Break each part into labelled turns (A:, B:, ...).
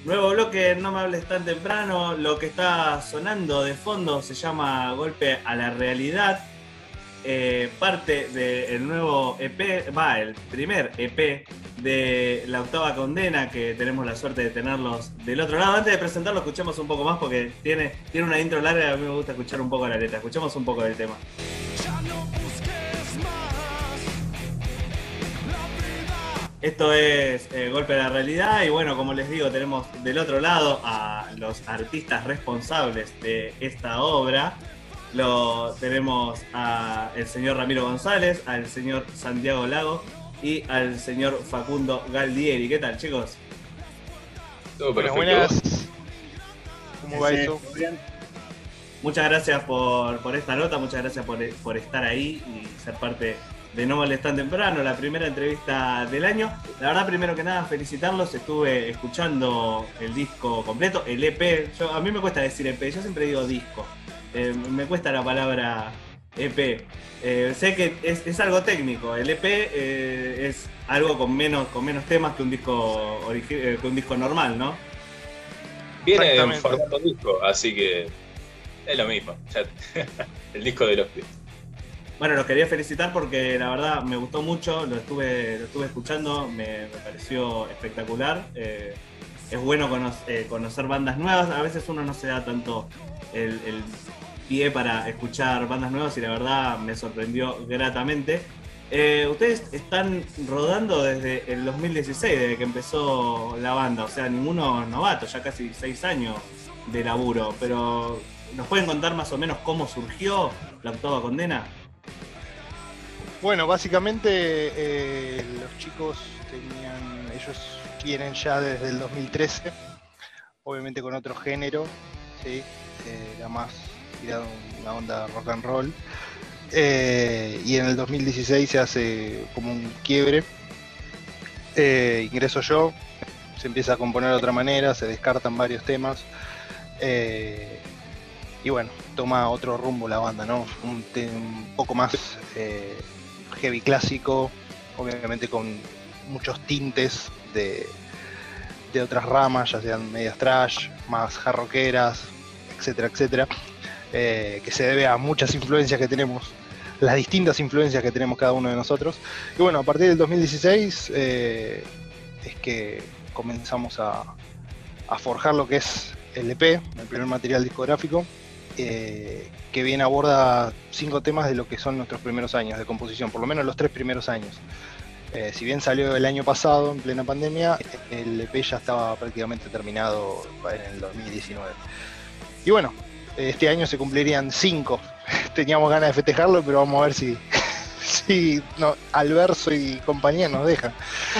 A: Nuevo bloque, no me hables tan temprano. Lo que está sonando de fondo se llama Golpe a la Realidad. Parte del nuevo EP, el primer EP de La Octava Condena, que tenemos la suerte de tenerlos del otro lado. Antes de presentarlo, escuchemos un poco más porque tiene una intro larga y a mí me gusta escuchar un poco la letra. Escuchemos un poco del tema. Esto es Golpe a la Realidad y bueno, como les digo, tenemos del otro lado a los artistas responsables de esta obra. Tenemos al señor Ramiro González, al señor Santiago Lago y al señor Facundo Galdieri. ¿Qué tal, chicos?
B: Todo perfecto.
C: Buenas. ¿Cómo va eso?
A: Muchas gracias por esta nota, muchas gracias por estar ahí y ser parte de No Males Tan Temprano, la primera entrevista del año. La verdad, primero que nada, felicitarlos. Estuve escuchando el disco completo, el EP. A mí me cuesta decir EP, yo siempre digo disco. Me cuesta la palabra EP. Sé que es algo técnico. El EP es algo con menos temas que un disco normal, ¿no?
B: Viene en formato disco, así que es lo mismo. El disco de los pies.
A: Bueno, los quería felicitar porque la verdad me gustó mucho, lo estuve escuchando, me pareció espectacular. Es bueno conocer bandas nuevas, a veces uno no se da tanto el pie para escuchar bandas nuevas y la verdad me sorprendió gratamente. Ustedes están rodando desde el 2016, desde que empezó la banda, o sea, ninguno novato, ya casi 6 años de laburo, pero ¿nos pueden contar más o menos cómo surgió La Octava Condena?
C: Bueno, básicamente los chicos ellos quieren ya desde el 2013, obviamente con otro género, ¿sí? Era más tirado una onda rock and roll, y en el 2016 se hace como un quiebre, ingreso yo, se empieza a componer de otra manera, se descartan varios temas, y bueno, toma otro rumbo la banda, ¿no? Un poco más heavy clásico, obviamente con muchos tintes de otras ramas, ya sean medias thrash, más hard rockeras, etcétera, etcétera, que se debe a muchas influencias que tenemos, las distintas influencias que tenemos cada uno de nosotros. Y bueno, a partir del 2016 es que comenzamos a forjar lo que es el EP, el primer material discográfico, que bien aborda 5 temas de lo que son nuestros primeros años de composición, por lo menos los 3 primeros años. Si bien salió el año pasado, en plena pandemia, el EP ya estaba prácticamente terminado en el 2019. Y bueno, este año se cumplirían 5. Teníamos ganas de festejarlo, pero vamos a ver si Alverso y compañía nos dejan.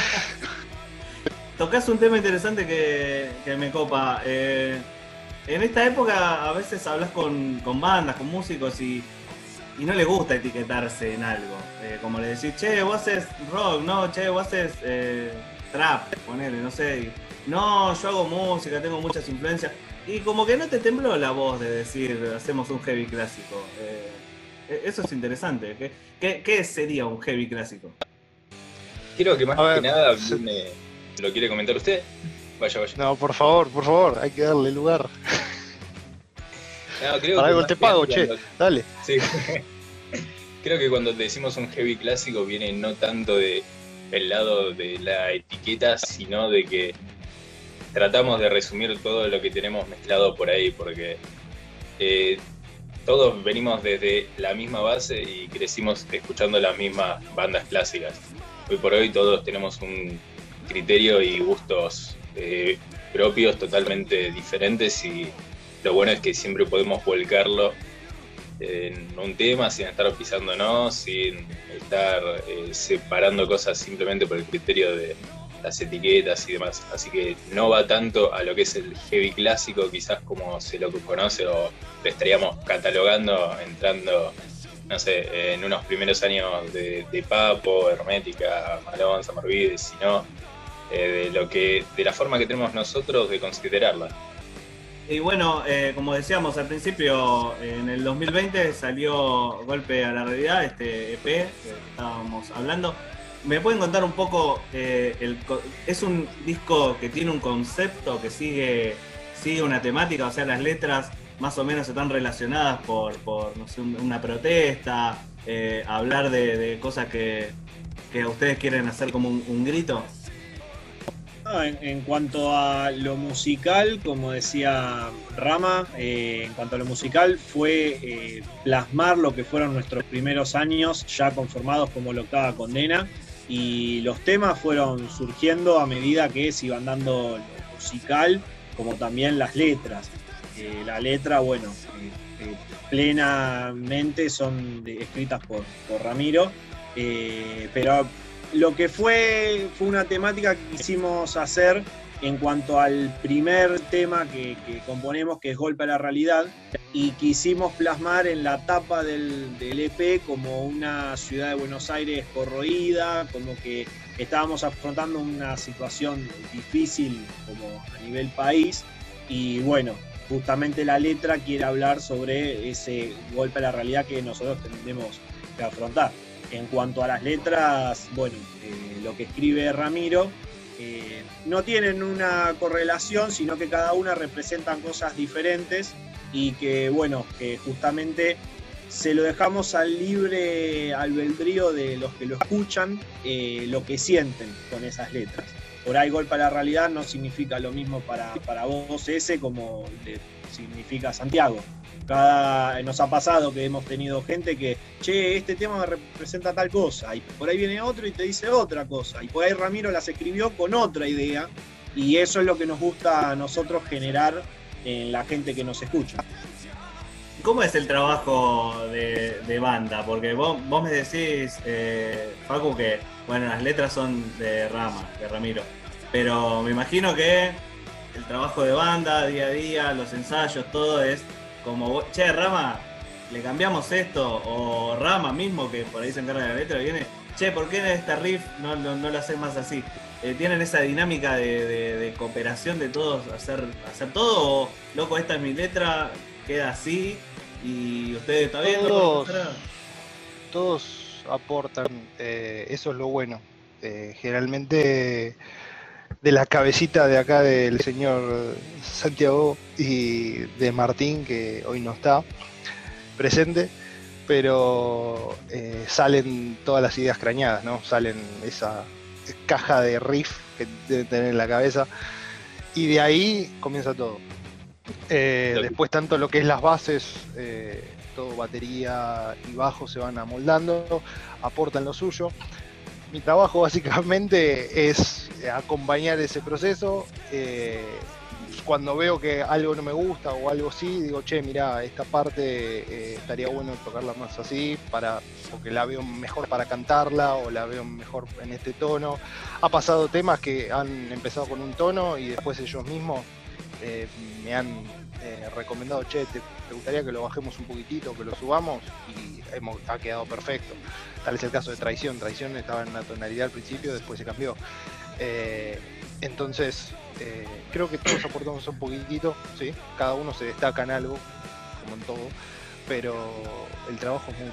A: Tocás un tema interesante que me copa. En esta época a veces hablas con bandas, con músicos y no les gusta etiquetarse en algo. Como le decís, che, vos haces rock, no, che, vos haces trap, ponele, no sé. No, yo hago música, tengo muchas influencias. Y como que no te tembló la voz de decir, hacemos un heavy clásico. Eso es interesante. ¿Qué sería un heavy clásico?
B: Quiero que más que nada lo quiere comentar usted. Vaya.
C: No, por favor, hay que darle lugar.
B: No, creo
C: para
B: que
C: algo te pago, che, dale.
B: Sí. Creo que cuando decimos un heavy clásico viene no tanto del lado de la etiqueta, sino de que tratamos de resumir todo lo que tenemos mezclado por ahí, porque todos venimos desde la misma base y crecimos escuchando las mismas bandas clásicas. Hoy por hoy todos tenemos un criterio y gustos propios totalmente diferentes y lo bueno es que siempre podemos volcarlo en un tema sin estar pisándonos, sin estar separando cosas simplemente por el criterio de las etiquetas y demás. Así que no va tanto a lo que es el heavy clásico, quizás como se lo conoce o lo estaríamos catalogando entrando, no sé, en unos primeros años de Papo, Hermética, Malón, Samorvide, sino de la forma que tenemos nosotros de considerarla.
A: Y bueno, como decíamos al principio, en el 2020 salió Golpe a la Realidad, este EP que estábamos hablando. ¿Me pueden contar un poco? ¿Es un disco que tiene un concepto, que sigue una temática? O sea, las letras más o menos están relacionadas por no sé, una protesta, hablar de cosas que ustedes quieren hacer como un grito.
D: En cuanto a lo musical, como decía Rama, en cuanto a lo musical fue plasmar lo que fueron nuestros primeros años ya conformados como La Octava Condena, y los temas fueron surgiendo a medida que se iban dando lo musical como también las letras. La letra, bueno, plenamente son escritas por Ramiro, pero lo que fue una temática que quisimos hacer en cuanto al primer tema que componemos, que es Golpe a la Realidad, y quisimos plasmar en la tapa del EP como una ciudad de Buenos Aires corroída, como que estábamos afrontando una situación difícil como a nivel país, y bueno, justamente la letra quiere hablar sobre ese golpe a la realidad que nosotros tendremos que afrontar. En cuanto a las letras, bueno, lo que escribe Ramiro no tienen una correlación, sino que cada una representan cosas diferentes, y que, bueno, que justamente se lo dejamos al libre albedrío de los que lo escuchan, lo que sienten con esas letras. Por ahí Golpe a la Realidad no significa lo mismo para vos ese como significa Santiago. Nos ha pasado que hemos tenido gente que, che, este tema me representa tal cosa, y por ahí viene otro y te dice otra cosa, y por ahí Ramiro las escribió con otra idea, y eso es lo que nos gusta a nosotros generar en la gente que nos escucha.
A: ¿Cómo es el trabajo de banda? Porque vos me decís, Facu, que bueno, las letras son de Ramiro, pero me imagino que el trabajo de banda, día a día, los ensayos, todo es como, che, Rama, le cambiamos esto, o Rama mismo, que por ahí se encarga de la letra, viene, che, ¿por qué en este riff no lo haces más así? ¿Tienen esa dinámica de cooperación de todos, hacer todo, o loco, esta es mi letra, queda así, y ustedes está bien?
C: Todos aportan, eso es lo bueno. Generalmente de la cabecita de acá del señor Santiago y de Martín, que hoy no está presente, pero salen todas las ideas crañadas, ¿no? Salen esa caja de riff que deben tener en la cabeza, y de ahí comienza todo. Después tanto lo que es las bases, todo batería y bajo se van amoldando, aportan lo suyo. Mi trabajo básicamente es acompañar ese proceso. Cuando veo que algo no me gusta o algo sí, digo, che, mirá, esta parte estaría bueno tocarla más así, porque la veo mejor para cantarla, o la veo mejor en este tono. Ha pasado temas que han empezado con un tono y después ellos mismos me han recomendado, che, ¿te gustaría que lo bajemos un poquitito, que lo subamos? Y ha quedado perfecto. Tal es el caso de Traición. Traición estaba en una tonalidad al principio, después se cambió. Entonces, creo que todos aportamos un poquitito, ¿sí? Cada uno se destaca en algo, como en todo, pero el trabajo es mucho.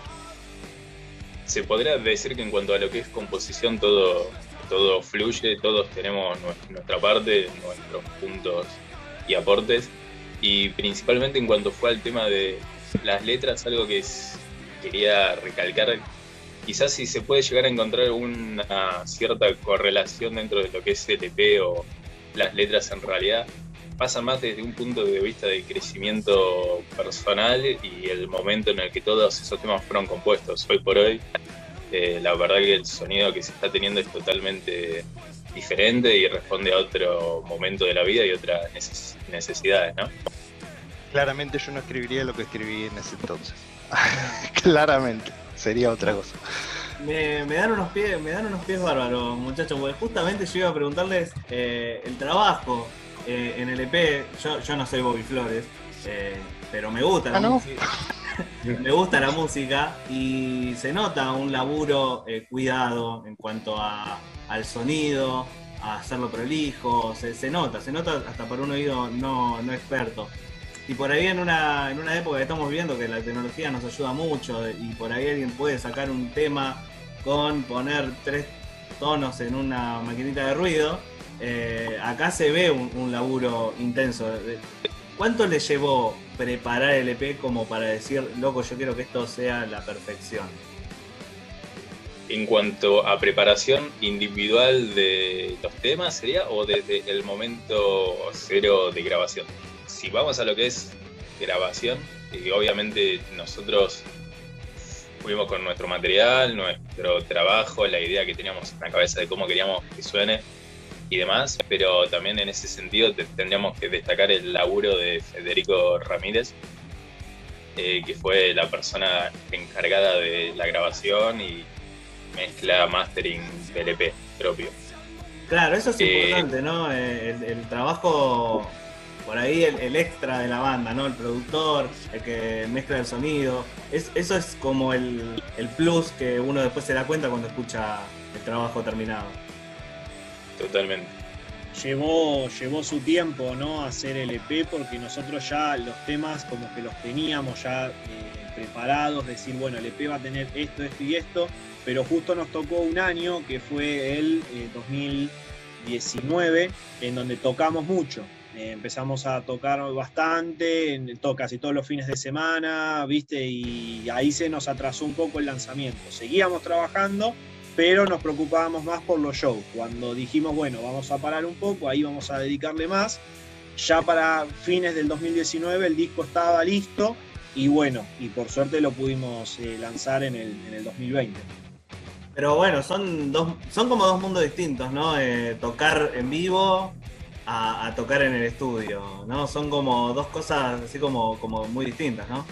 B: Se podría decir que en cuanto a lo que es composición, todo fluye, todos tenemos nuestra parte, nuestros puntos y aportes, y principalmente en cuanto fue al tema de las letras, algo que quería recalcar, quizás si se puede llegar a encontrar una cierta correlación dentro de lo que es el EP o las letras, en realidad pasa más desde un punto de vista de crecimiento personal y el momento en el que todos esos temas fueron compuestos. Hoy por hoy, la verdad que el sonido que se está teniendo es totalmente diferente y responde a otro momento de la vida y otras necesidades, ¿no?
C: Claramente yo no escribiría lo que escribí en ese entonces. Claramente, sería otra cosa.
A: Me dan unos pies bárbaros, muchachos, porque justamente yo iba a preguntarles el trabajo en el EP. Yo no soy Bobby Flores, pero me gusta la música. Me gusta la música y se nota un laburo cuidado en cuanto al sonido, a hacerlo prolijo. Se nota hasta por un oído no experto. Y por ahí en una época que estamos viendo que la tecnología nos ayuda mucho, y por ahí alguien puede sacar un tema con poner tonos en una maquinita de ruido. Acá se ve un laburo intenso. ¿Cuánto le llevó preparar el EP como para decir, loco, yo quiero que esto sea la perfección?
B: En cuanto a preparación individual de los temas, ¿sería? ¿O desde el momento cero de grabación? Si vamos a lo que es grabación, obviamente nosotros fuimos con nuestro material, nuestro trabajo, la idea que teníamos en la cabeza de cómo queríamos que suene y demás, pero también en ese sentido tendríamos que destacar el laburo de Federico Ramírez, que fue la persona encargada de la grabación y mezcla, mastering del EP propio.
A: Claro, eso es importante, ¿no? El trabajo, por ahí el extra de la banda, ¿no? El productor, el que mezcla el sonido. Eso es como el plus que uno después se da cuenta cuando escucha el trabajo terminado.
B: Totalmente.
D: Llevó su tiempo, ¿no? Hacer el EP, porque nosotros ya los temas como que los teníamos ya preparados, decir, bueno, el EP va a tener esto, esto y esto, pero justo nos tocó un año que fue el 2019, en donde tocamos mucho. Empezamos a tocar bastante, casi todos los fines de semana, ¿viste? Y ahí se nos atrasó un poco el lanzamiento. Seguíamos trabajando, pero nos preocupábamos más por los shows. Cuando dijimos, bueno, vamos a parar un poco, ahí vamos a dedicarle más. Ya para fines del 2019 el disco estaba listo y bueno, y por suerte lo pudimos lanzar en el 2020.
A: Pero bueno, son como dos mundos distintos, ¿no? Tocar en vivo a tocar en el estudio, ¿no? Son como dos cosas así como muy distintas, ¿no?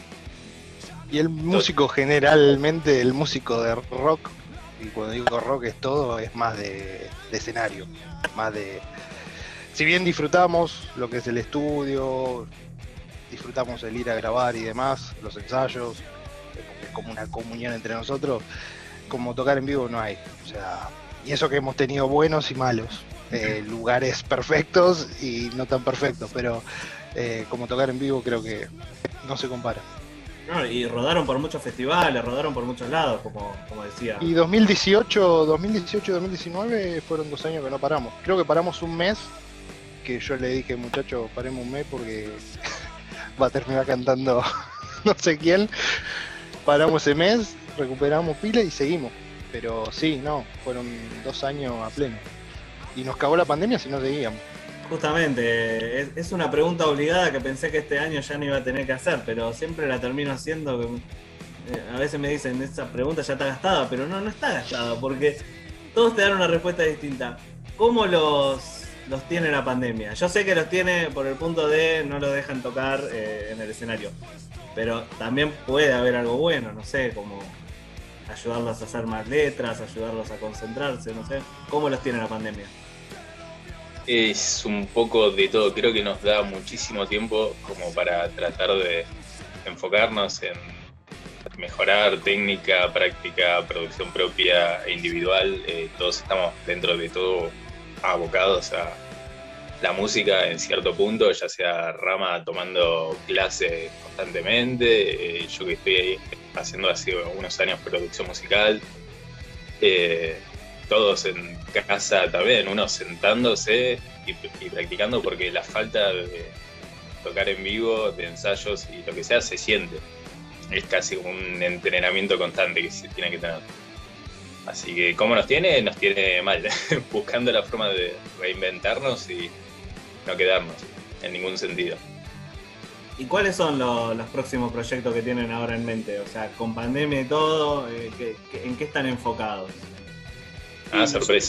C: Y el músico generalmente, el músico de rock, y cuando digo rock es todo, es más de escenario, más de... Si bien disfrutamos lo que es el estudio, disfrutamos el ir a grabar y demás, los ensayos, es como una comunión entre nosotros, como tocar en vivo no hay. O sea, y eso que hemos tenido buenos y malos, lugares perfectos y no tan perfectos, pero como tocar en vivo creo que no se compara.
A: No, y rodaron por muchos festivales, rodaron por muchos lados, como decía.
C: Y 2018 y 2019 fueron 2 años que no paramos. Creo que paramos un mes, que yo le dije, muchachos, paremos un mes porque va a terminar cantando no sé quién. Paramos ese mes, recuperamos pila y seguimos. Pero sí, no, fueron 2 años a pleno. Y nos cagó la pandemia si no seguíamos.
A: Justamente, es una pregunta obligada que pensé que este año ya no iba a tener que hacer, pero siempre la termino haciendo. A veces me dicen, esa pregunta ya está gastada, pero no está gastada, porque todos te dan una respuesta distinta. ¿Cómo los tiene la pandemia? Yo sé que los tiene por el punto de no los dejan tocar en el escenario, pero también puede haber algo bueno, no sé, como ayudarlos a hacer más letras, ayudarlos a concentrarse, no sé. ¿Cómo los tiene la pandemia?
B: Es un poco de todo, creo que nos da muchísimo tiempo como para tratar de enfocarnos en mejorar técnica, práctica, producción propia e individual. Todos estamos dentro de todo abocados a la música en cierto punto, ya sea Rama tomando clases constantemente, yo que estoy ahí haciendo hace unos años producción musical, todos en casa también, uno sentándose y practicando, porque la falta de tocar en vivo, de ensayos y lo que sea se siente. Es casi como un entrenamiento constante que se tiene que tener. Así que, ¿cómo nos tiene? Nos tiene mal, buscando la forma de reinventarnos y no quedarnos en ningún sentido.
A: ¿Y cuáles son los próximos proyectos que tienen ahora en mente? O sea, con pandemia y todo, ¿en qué están enfocados?
B: Sorpresa.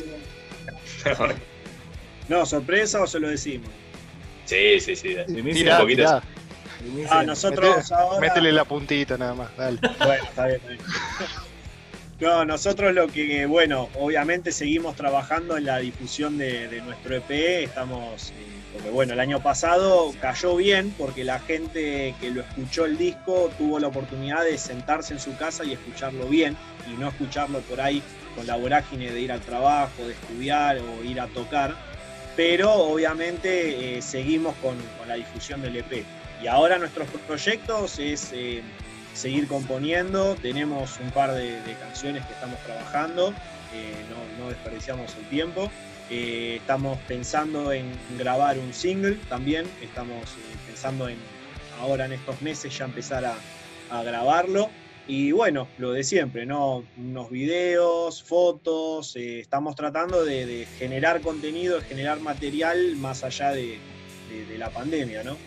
D: No, ¿sorpresa o se lo decimos?
B: Sí.
C: Tirá.
D: Nosotros ahora...
C: Métele la puntita nada más, dale.
D: Bueno, está bien. No, nosotros lo que, bueno, obviamente seguimos trabajando en la difusión de nuestro EP, estamos, porque bueno, el año pasado cayó bien porque la gente que lo escuchó el disco tuvo la oportunidad de sentarse en su casa y escucharlo bien, y no escucharlo por ahí con la vorágine de ir al trabajo, de estudiar o ir a tocar, pero obviamente seguimos con la difusión del EP. Y ahora nuestros proyectos es seguir componiendo. Tenemos un par de canciones que estamos trabajando, no desperdiciamos el tiempo. Estamos pensando en grabar un single también, estamos pensando en ahora en estos meses ya empezar a grabarlo. Y bueno, lo de siempre, ¿no? Unos videos, fotos, estamos tratando de generar contenido, de generar material más allá de la pandemia, ¿no?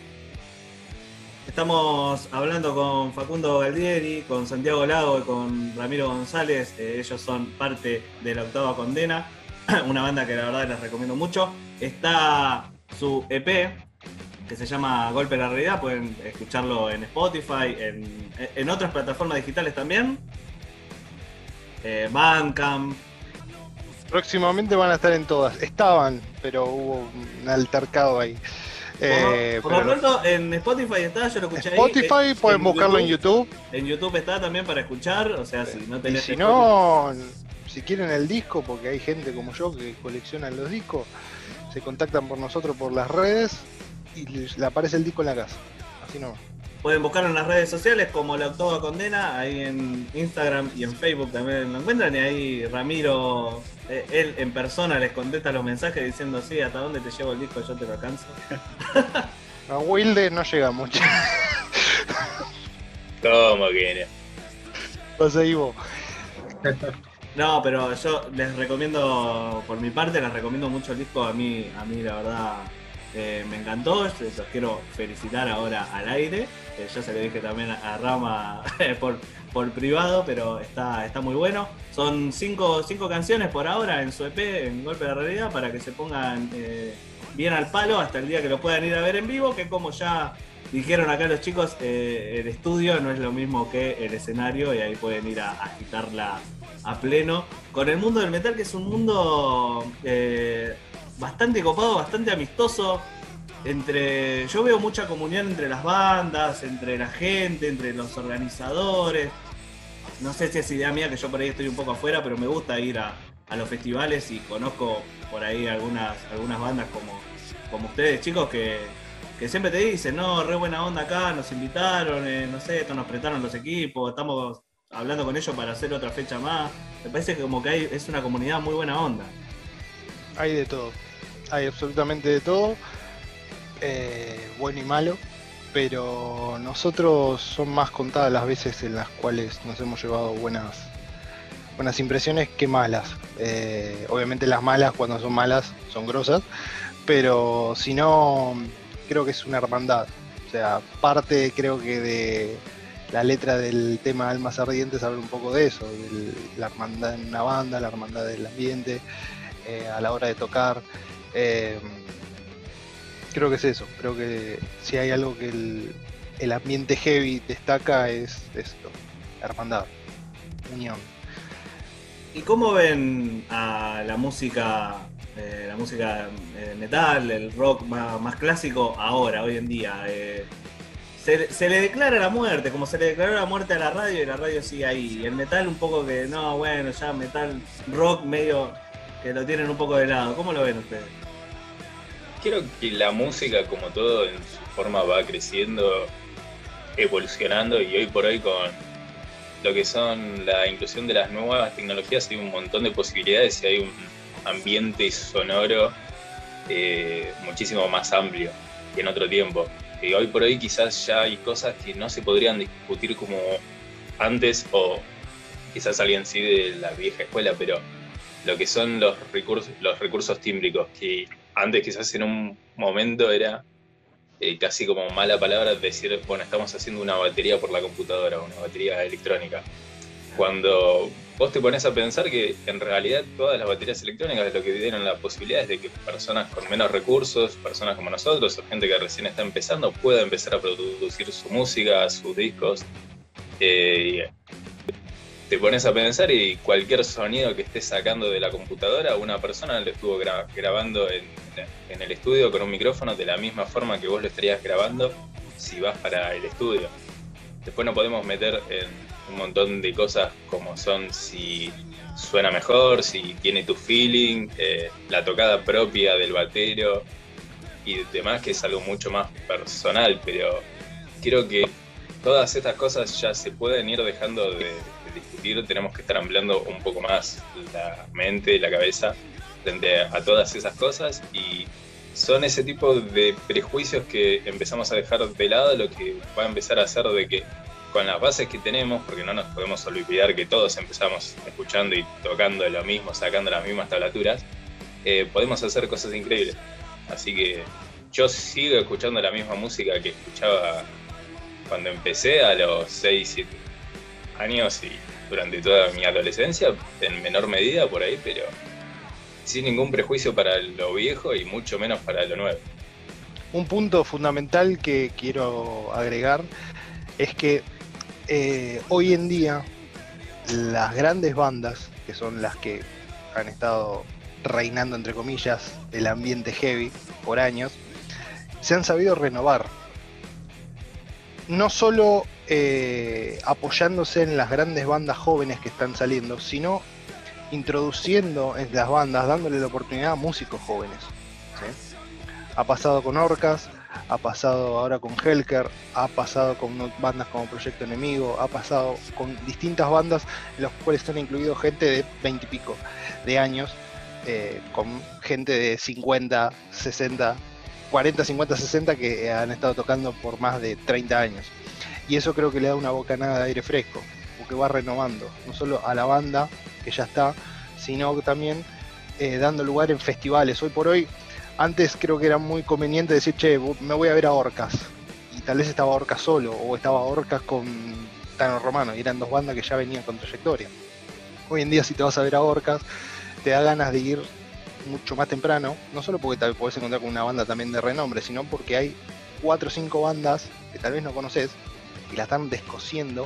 A: Estamos hablando con Facundo Galdieri, con Santiago Lago y con Ramiro González. Ellos son parte de La Octava Condena, una banda que la verdad les recomiendo mucho. Está su EP, que se llama Golpe a la Realidad, pueden escucharlo en Spotify, en otras plataformas digitales también. Bandcamp.
C: Próximamente van a estar en todas. Estaban, pero hubo un altercado ahí.
A: Por lo pronto en Spotify está, yo lo escuché
C: Spotify,
A: ahí.
C: pueden buscarlo en YouTube.
A: En YouTube está también para escuchar, o sea, si no tenés...
C: Y si no, si quieren el disco, porque hay gente como yo que colecciona los discos, se contactan por nosotros por las redes y le aparece el disco en la casa. Así no.
A: Pueden buscarlo en las redes sociales como La Octava Condena, ahí en Instagram y en Facebook también lo encuentran. Y ahí Ramiro, él en persona les contesta los mensajes diciendo: sí, ¿hasta dónde te llevo el disco? Yo te lo alcanzo.
C: A Wilde no llega mucho.
B: ¿Cómo que no?
C: Vas ahí vos.
A: No, pero yo les recomiendo, por mi parte, les recomiendo mucho el disco. A mí la verdad, me encantó. Los quiero felicitar ahora al aire. Yo se lo dije también a Rama por privado, pero está muy bueno. Son cinco canciones por ahora en su EP, en Golpe a la Realidad, para que se pongan bien al palo hasta el día que lo puedan ir a ver en vivo, que como ya dijeron acá los chicos, el estudio no es lo mismo que el escenario, y ahí pueden ir a agitarla a pleno con el mundo del metal, que es un mundo bastante copado, bastante amistoso. Yo veo mucha comunión entre las bandas, entre la gente, entre los organizadores. No sé si es idea mía, que yo por ahí estoy un poco afuera, pero me gusta ir a los festivales y conozco por ahí algunas bandas como ustedes, chicos, que siempre te dicen: no, re buena onda acá, nos invitaron, no sé, esto nos prestaron los equipos, estamos hablando con ellos para hacer otra fecha más. Me parece que como que es una comunidad muy buena onda.
C: Hay de todo, hay absolutamente de todo, bueno y malo, pero nosotros son más contadas las veces en las cuales nos hemos llevado buenas impresiones que malas. Obviamente las malas, cuando son malas, son grosas, pero si no, creo que es una hermandad. O sea, parte creo que de la letra del tema Almas Ardientes habla un poco de eso, de la hermandad en una banda, la hermandad del ambiente, a la hora de tocar. Creo que es eso, creo que si hay algo que el ambiente heavy destaca es esto, hermandad, unión.
A: ¿Y cómo ven a la música metal, el rock más clásico ahora, hoy en día? Se le declara la muerte, como se le declaró la muerte a la radio, y la radio sigue ahí. Y el metal un poco que, no, bueno, ya metal, rock medio que lo tienen un poco de lado. ¿Cómo lo ven ustedes?
B: Creo que la música, como todo en su forma, va creciendo, evolucionando, y hoy por hoy con lo que son la inclusión de las nuevas tecnologías hay un montón de posibilidades y hay un ambiente sonoro muchísimo más amplio que en otro tiempo. Y hoy por hoy quizás ya hay cosas que no se podrían discutir como antes, o quizás alguien sí de la vieja escuela, pero lo que son los recursos tímbricos, que antes quizás en un momento era casi como mala palabra decir, bueno, estamos haciendo una batería por la computadora, una batería electrónica. Cuando vos te pones a pensar que en realidad todas las baterías electrónicas lo que tienen la posibilidad es de que personas con menos recursos, personas como nosotros, o gente que recién está empezando, pueda empezar a producir su música, sus discos. Te pones a pensar y cualquier sonido que estés sacando de la computadora, una persona lo estuvo grabando en el estudio con un micrófono de la misma forma que vos lo estarías grabando si vas para el estudio. Después nos podemos meter en un montón de cosas como son si suena mejor, si tiene tu feeling, la tocada propia del batero y demás, que es algo mucho más personal, pero creo que todas estas cosas ya se pueden ir dejando de discutir, tenemos que estar ampliando un poco más la mente y la cabeza frente a todas esas cosas, y son ese tipo de prejuicios que empezamos a dejar de lado, lo que va a empezar a hacer de que con las bases que tenemos, porque no nos podemos olvidar que todos empezamos escuchando y tocando lo mismo, sacando las mismas tablaturas, podemos hacer cosas increíbles. Así que yo sigo escuchando la misma música que escuchaba cuando empecé a los 6, 7 años y durante toda mi adolescencia, en menor medida por ahí, pero sin ningún prejuicio para lo viejo y mucho menos para lo nuevo.
C: Un punto fundamental que quiero agregar es que hoy en día las grandes bandas, que son las que han estado reinando, entre comillas, el ambiente heavy por años, se han sabido renovar. No solo apoyándose en las grandes bandas jóvenes que están saliendo, sino introduciendo en las bandas, dándole la oportunidad a músicos jóvenes, ¿sí? Ha pasado con Orcas, ha pasado ahora con Helker, ha pasado con bandas como Proyecto Enemigo, ha pasado con distintas bandas en las cuales están incluidos gente de 20 y pico de años, con gente de 50, 60, 40, 50, 60 que han estado tocando por más de 30 años. Y eso creo que le da una bocanada de aire fresco, porque va renovando, no solo a la banda que ya está, sino también dando lugar en festivales. Hoy por hoy, antes creo que era muy conveniente decir, che, me voy a ver a Orcas, y tal vez estaba Orcas solo, o estaba Orcas con Tano Romano, y eran dos bandas que ya venían con trayectoria. Hoy en día, si te vas a ver a Orcas, te da ganas de ir mucho más temprano, no solo porque tal vez podés encontrar con una banda también de renombre, sino porque hay 4 o 5 bandas que tal vez no conoces y la están descosiendo,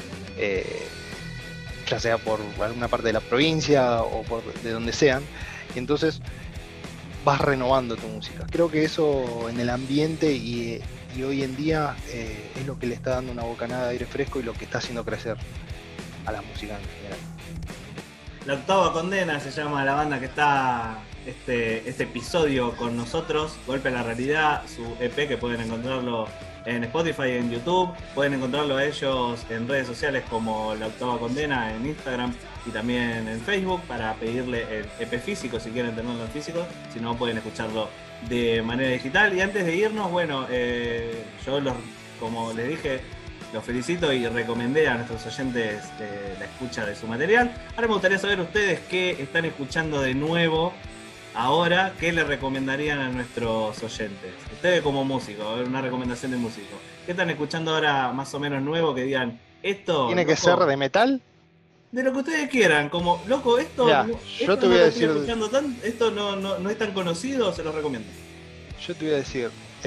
C: ya sea por alguna parte de la provincia o de donde sean, y entonces vas renovando tu música. Creo que eso en el ambiente y hoy en día es lo que le está dando una bocanada de aire fresco y lo que está haciendo crecer a la música en general.
A: La Octava Condena se llama la banda que está este episodio con nosotros, Golpe a la Realidad, su EP, que pueden encontrarlo en Spotify y en YouTube. Pueden encontrarlo a ellos en redes sociales como La Octava Condena, en Instagram y también en Facebook, para pedirle el EP físico si quieren tenerlo en físico, si no pueden escucharlo de manera digital. Y antes de irnos, bueno, yo como les dije, los felicito y recomendé a nuestros oyentes la escucha de su material. Ahora me gustaría saber ustedes qué están escuchando de nuevo ahora, qué le recomendarían a nuestros oyentes. Ustedes como músicos, a ver, una recomendación de músico. ¿Qué están escuchando ahora más o menos nuevo que digan, esto...
C: ¿Tiene que ser de metal?
A: De lo que ustedes quieran, como, loco, esto,
C: ya,
A: esto
C: yo te
A: no
C: voy a
A: lo
C: decir,
A: estoy escuchando esto no es tan conocido, se los recomiendo.
C: Yo te voy a decir,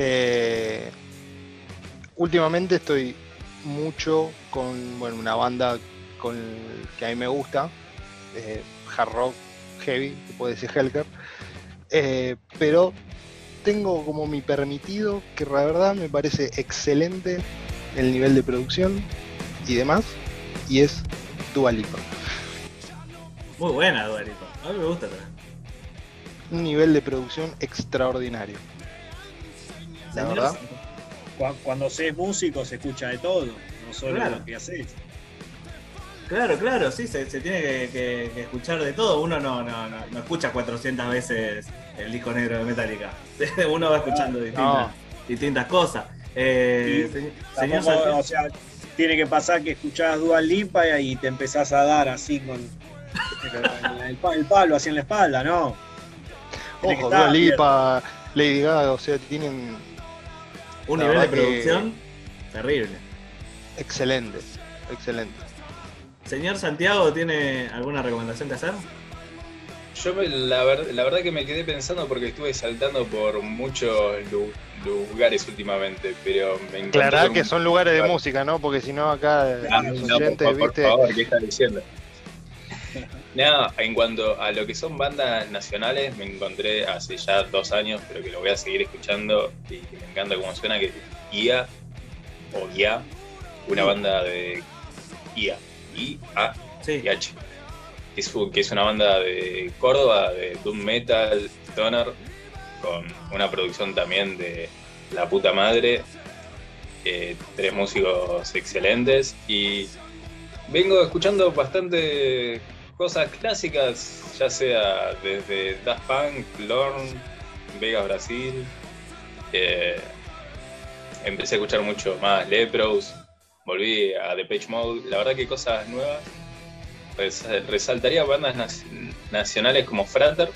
C: últimamente estoy mucho con una banda que a mí me gusta, hard rock heavy, que puede decir Helker, pero tengo como mi permitido, que la verdad me parece excelente el nivel de producción y demás, y es Dua Lipa.
A: Muy buena Dua Lipa, a mí me gusta también.
C: Un nivel de producción extraordinario, la verdad.
D: Cuando se es músico se escucha de todo, no solo lo que haces.
A: Claro, sí, se tiene que escuchar de todo. Uno no escucha 400 veces el disco negro de Metallica. Uno va escuchando distintas cosas. Señor
D: o sea, tiene que pasar que escuchás Dua Lipa y te empezás a dar así con el palo así en la espalda, ¿no?
C: Ojo, Dua Lipa, Lady Gaga, o sea, tienen
A: un nivel de producción terrible.
C: Excelente.
A: Señor Santiago, ¿tiene alguna recomendación que hacer?
B: Yo la verdad que me quedé pensando porque estuve saltando por muchos lugares últimamente, pero me encantó.
C: Claro que son lugares de música, ¿no? Porque si no acá los oyentes,
B: por favor, ¿qué estás diciendo? No, en cuanto a lo que son bandas nacionales, me encontré hace ya 2 años, pero que lo voy a seguir escuchando y que me encanta cómo suena, que es IA, una banda de IA, I-A-H, que es una banda de Córdoba, de doom metal, stoner, con una producción también de la puta madre, tres músicos excelentes y vengo escuchando bastante cosas clásicas, ya sea desde Daft Punk, Lorne, Vegas Brasil. Empecé a escuchar mucho más Leprous, volví a Depeche Mode, la verdad que cosas nuevas. Resaltaría bandas nacionales como Frater,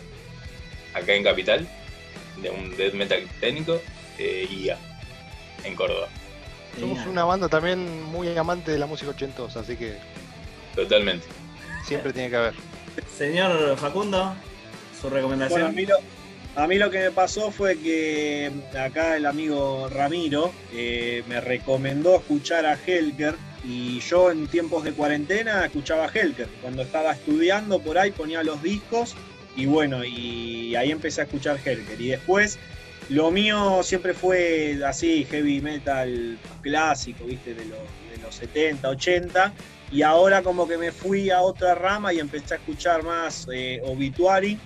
B: acá en Capital, de un death metal técnico, IA, en Córdoba.
C: Somos una banda también muy amante de la música ochentosa, así que
B: Totalmente.
C: siempre tiene que haber.
A: Señor Facundo, su recomendación.
D: Bueno, a mí lo que me pasó fue que acá el amigo Ramiro me recomendó escuchar a Helker, y yo en tiempos de cuarentena escuchaba a Helker. Cuando estaba estudiando por ahí ponía los discos y bueno, y ahí empecé a escuchar Helker. Y después lo mío siempre fue así, heavy metal clásico, ¿viste? De los 70, 80. Y ahora como que me fui a otra rama y empecé a escuchar más Obituary.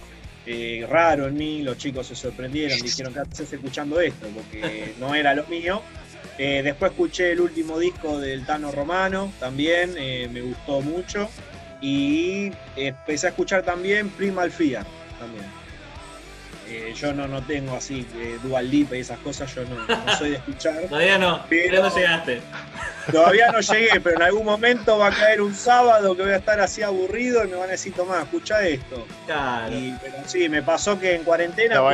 D: Raro en mí, los chicos se sorprendieron, dijeron: ¿qué haces escuchando esto? Porque no era lo mío. Después escuché el último disco del Tano Romano, también me gustó mucho. Y empecé a escuchar también Primal Fear, también. Yo no tengo así Dua Lipa y esas cosas, yo no soy de escuchar.
A: Todavía no, pero no llegaste.
D: Todavía no llegué, pero en algún momento va a caer un sábado que voy a estar así aburrido y me van a decir: Tomás, escucha esto.
A: Claro.
D: Pero sí, me pasó que en cuarentena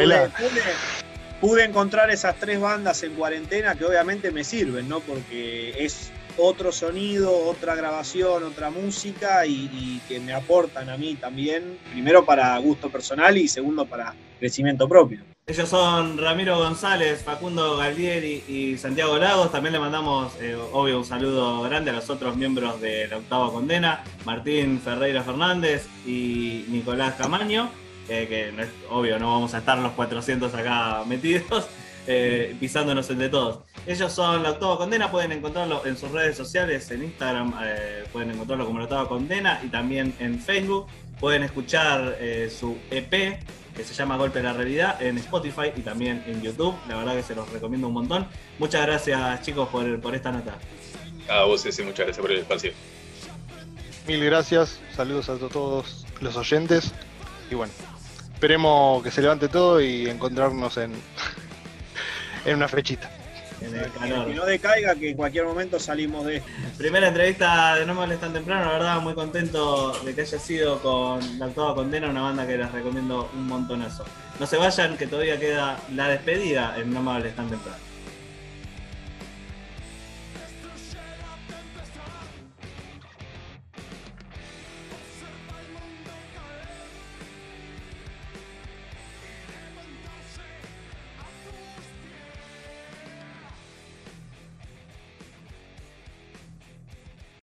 D: pude encontrar esas tres bandas en cuarentena que obviamente me sirven, ¿no? Porque es otro sonido, otra grabación, otra música y que me aportan a mí también, primero para gusto personal y segundo para crecimiento propio.
A: Ellos son Ramiro González, Facundo Galdieri y Santiago Lagos. También le mandamos, obvio, un saludo grande a los otros miembros de la Octava Condena, Martín Ferreira Fernández y Nicolás Camaño, que no es, obvio, no vamos a estar los 400 acá metidos, pisándonos el de todos. Ellos son la Octava Condena, pueden encontrarlo en sus redes sociales, en Instagram pueden encontrarlo como la Octava Condena y también en Facebook. Pueden escuchar su EP, que se llama Golpe a la Realidad, en Spotify y también en YouTube. La verdad que se los recomiendo un montón. Muchas gracias, chicos, por esta nota.
B: A vos, muchas gracias por el espacio.
C: Mil gracias, saludos a todos los oyentes y bueno, esperemos que se levante todo y encontrarnos en una fechita.
A: En el calor.
D: Que no decaiga, que en cualquier momento salimos de esto.
A: Primera entrevista de No Me Hables Tan Temprano, la verdad muy contento de que haya sido con la Octava Condena, una banda que les recomiendo un montonazo. No se vayan, que todavía queda la despedida en No Me Hables Tan Temprano.